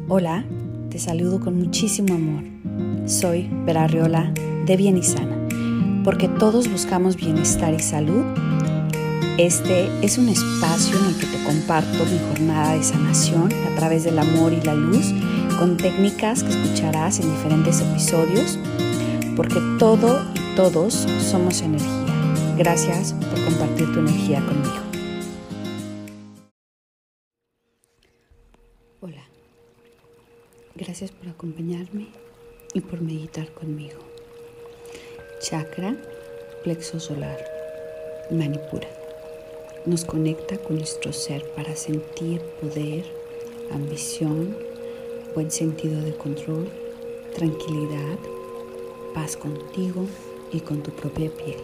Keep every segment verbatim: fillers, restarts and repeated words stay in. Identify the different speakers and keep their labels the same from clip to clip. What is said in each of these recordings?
Speaker 1: Hola, te saludo con muchísimo amor. Soy Vera Arriola de Bien y Sana. Porque todos buscamos bienestar y salud, este es un espacio en el que te comparto mi jornada de sanación a través del amor y la luz, con técnicas que escucharás en diferentes episodios, porque todo y todos somos energía. Gracias por compartir tu energía conmigo. Hola, gracias por acompañarme y por meditar conmigo. Chakra, plexo solar, Manipura. Nos conecta con nuestro ser para sentir poder, ambición, buen sentido de control, tranquilidad, paz contigo y con tu propia piel.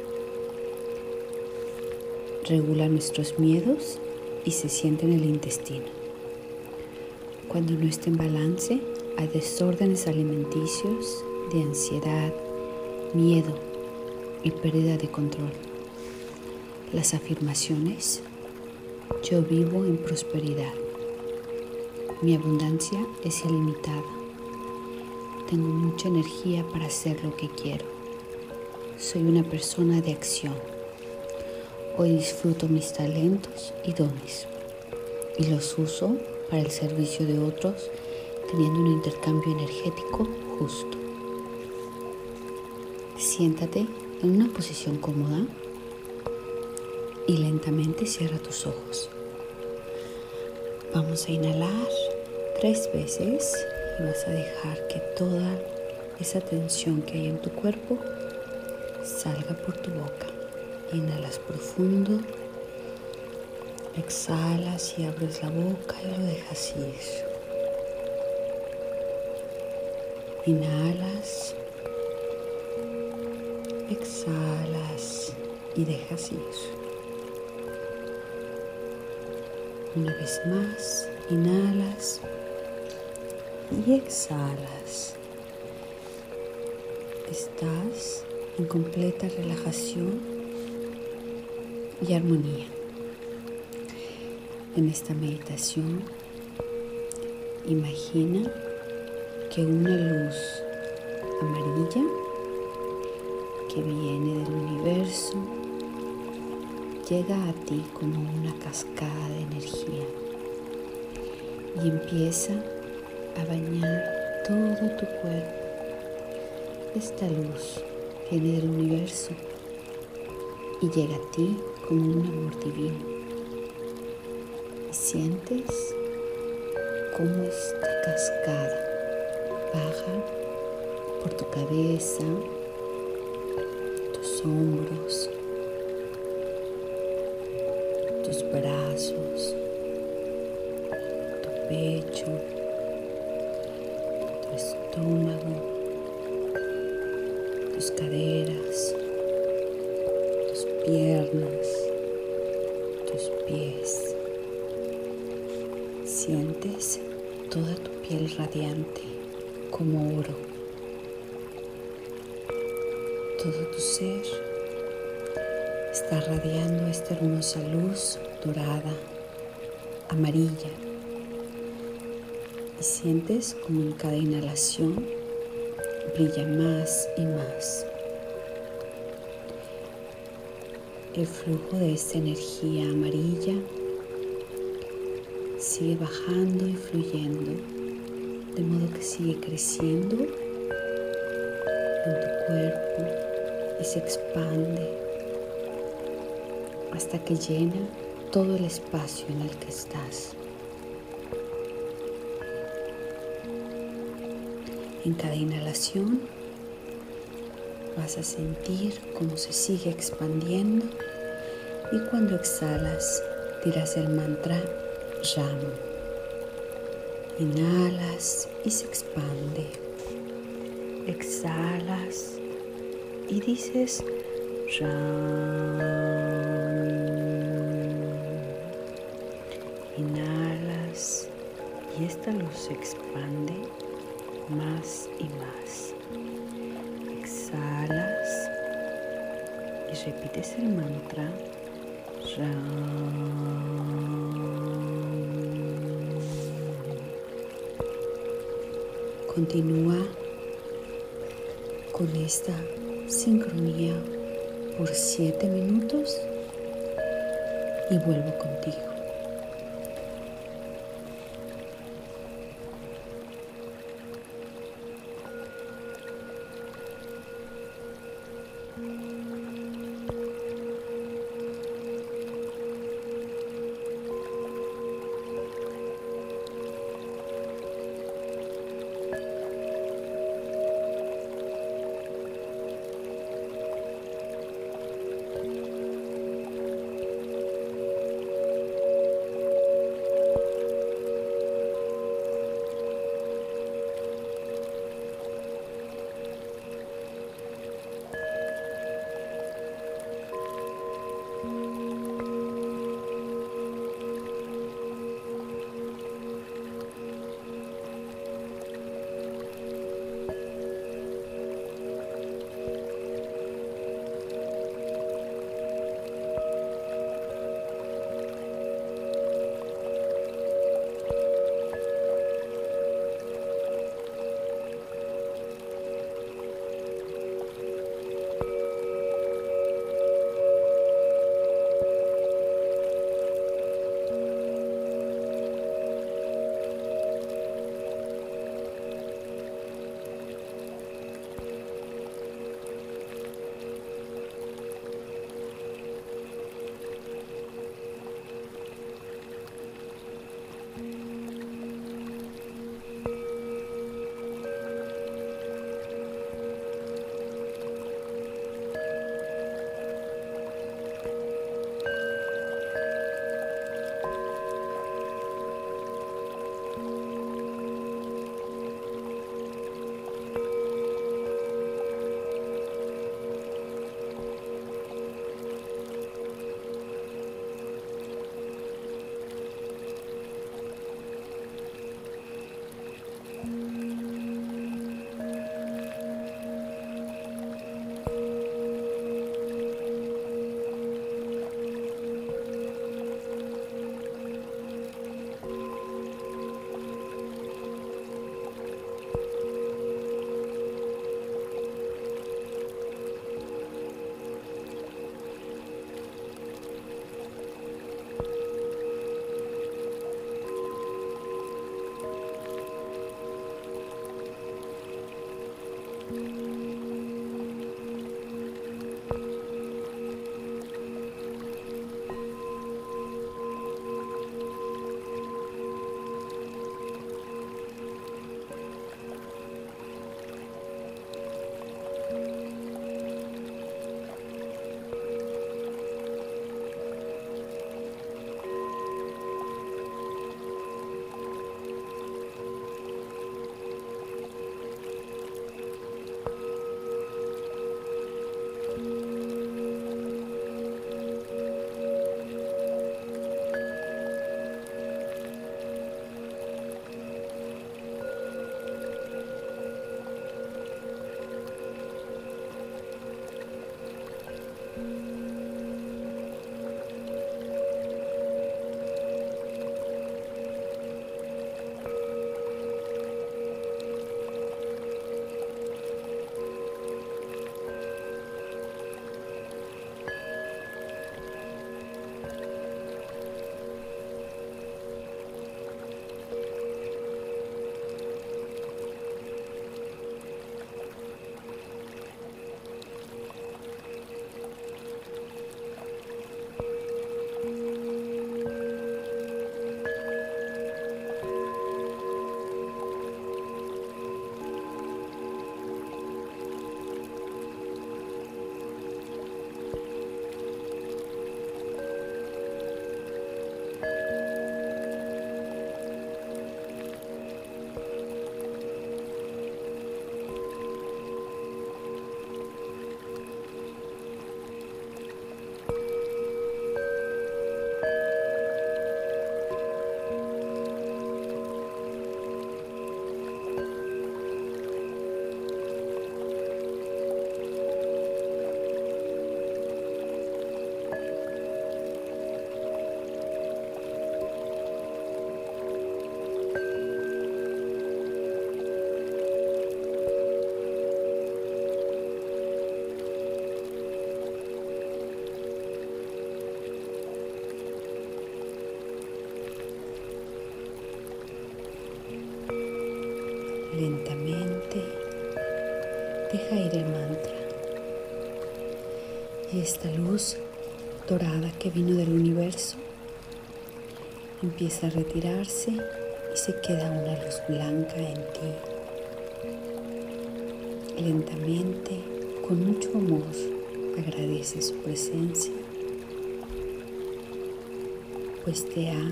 Speaker 1: Regula nuestros miedos y se siente en el intestino. Cuando no está en balance, hay desórdenes alimenticios, de ansiedad, miedo y pérdida de control. Las afirmaciones: yo vivo en prosperidad. Mi abundancia es ilimitada. Tengo mucha energía para hacer lo que quiero. Soy una persona de acción. Hoy disfruto mis talentos y dones y los uso para el servicio de otros, teniendo un intercambio energético justo. Siéntate en una posición cómoda y lentamente cierra tus ojos. Vamos a inhalar tres veces y vas a dejar que toda esa tensión que hay en tu cuerpo salga por tu boca. Inhalas profundo, exhalas y abres la boca y lo dejas ir. Inhalas, exhalas y dejas ir. Una vez más, inhalas y exhalas. Estás en completa relajación y armonía. En esta meditación, imagina que una luz amarilla que viene del universo llega a ti como una cascada de energía y empieza a bañar todo tu cuerpo. Esta luz viene del universo y llega a ti como un amor divino. Y sientes cómo esta cascada baja por tu cabeza, tus hombros, tus brazos, tu pecho, tu estómago, tus caderas, tus piernas, tus pies. Sientes toda tu piel radiante como oro. Todo tu ser está radiando esta hermosa luz dorada, amarilla. Y sientes como en cada inhalación brilla más y más. El flujo de esta energía amarilla sigue bajando y fluyendo, de modo que sigue creciendo en tu cuerpo y se expande hasta que llena todo el espacio en el que estás. En cada inhalación vas a sentir cómo se sigue expandiendo y cuando exhalas dirás el mantra Ram. Inhalas y se expande. Exhalas y dices Ram. Inhalas y esta luz se expande más y más. Exhalas y repites el mantra Ram. Continúa con esta sincronía por siete minutos y vuelvo contigo. Lentamente deja ir el mantra y esta luz dorada que vino del universo empieza a retirarse y se queda una luz blanca en ti. Lentamente, con mucho amor, agradece su presencia, pues te ha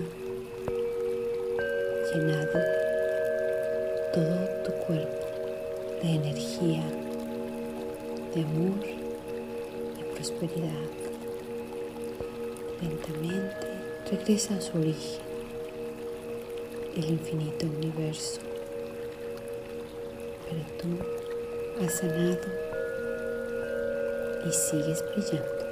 Speaker 1: llenado todo tu cuerpo de energía, de amor y prosperidad. Lentamente regresa a su origen, el infinito universo, pero tú has sanado y sigues brillando.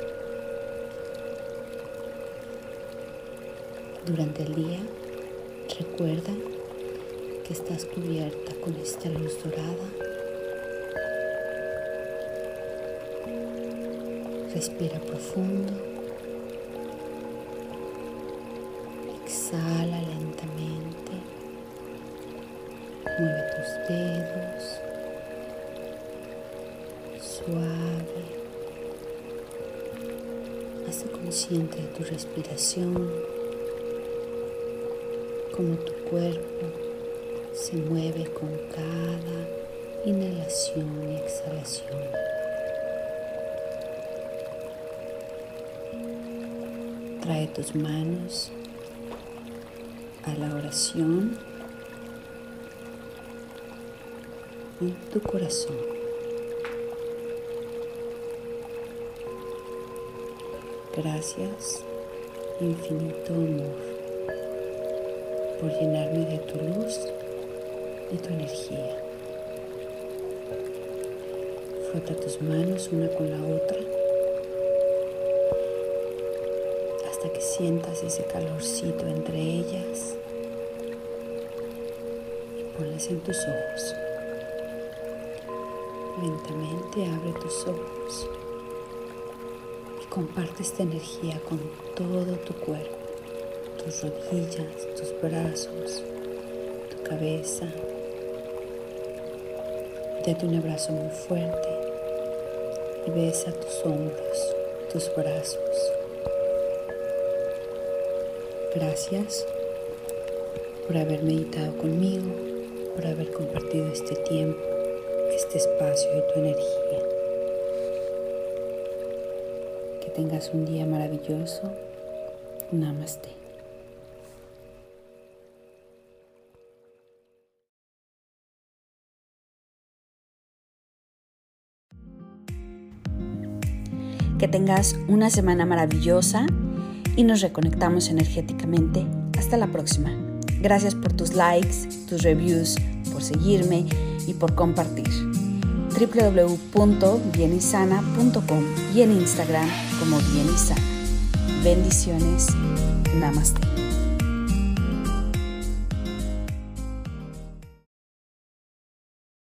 Speaker 1: Durante el día, recuerda que estás cubierta con esta luz dorada. Respira profundo. Exhala lentamente. Mueve tus dedos. Suave. Hazte consciente de tu respiración, cómo tu cuerpo se mueve con cada inhalación y exhalación. Trae tus manos a la oración en tu corazón. Gracias, infinito amor, por llenarme de tu luz y tu energía. Frota tus manos una con la otra hasta que sientas ese calorcito entre ellas y ponlas en tus ojos. Lentamente abre tus ojos y comparte esta energía con todo tu cuerpo, tus rodillas, tus brazos, tu cabeza. Date un abrazo muy fuerte y besa tus hombros, tus brazos. Gracias por haber meditado conmigo, por haber compartido este tiempo, este espacio de tu energía. Que tengas un día maravilloso. Namaste. Que tengas una semana maravillosa y nos reconectamos energéticamente. Hasta la próxima. Gracias por tus likes, tus reviews, por seguirme y por compartir. doble u doble u doble u punto bien y sana punto com y en Instagram como Bien y Sana. Bendiciones. Namaste.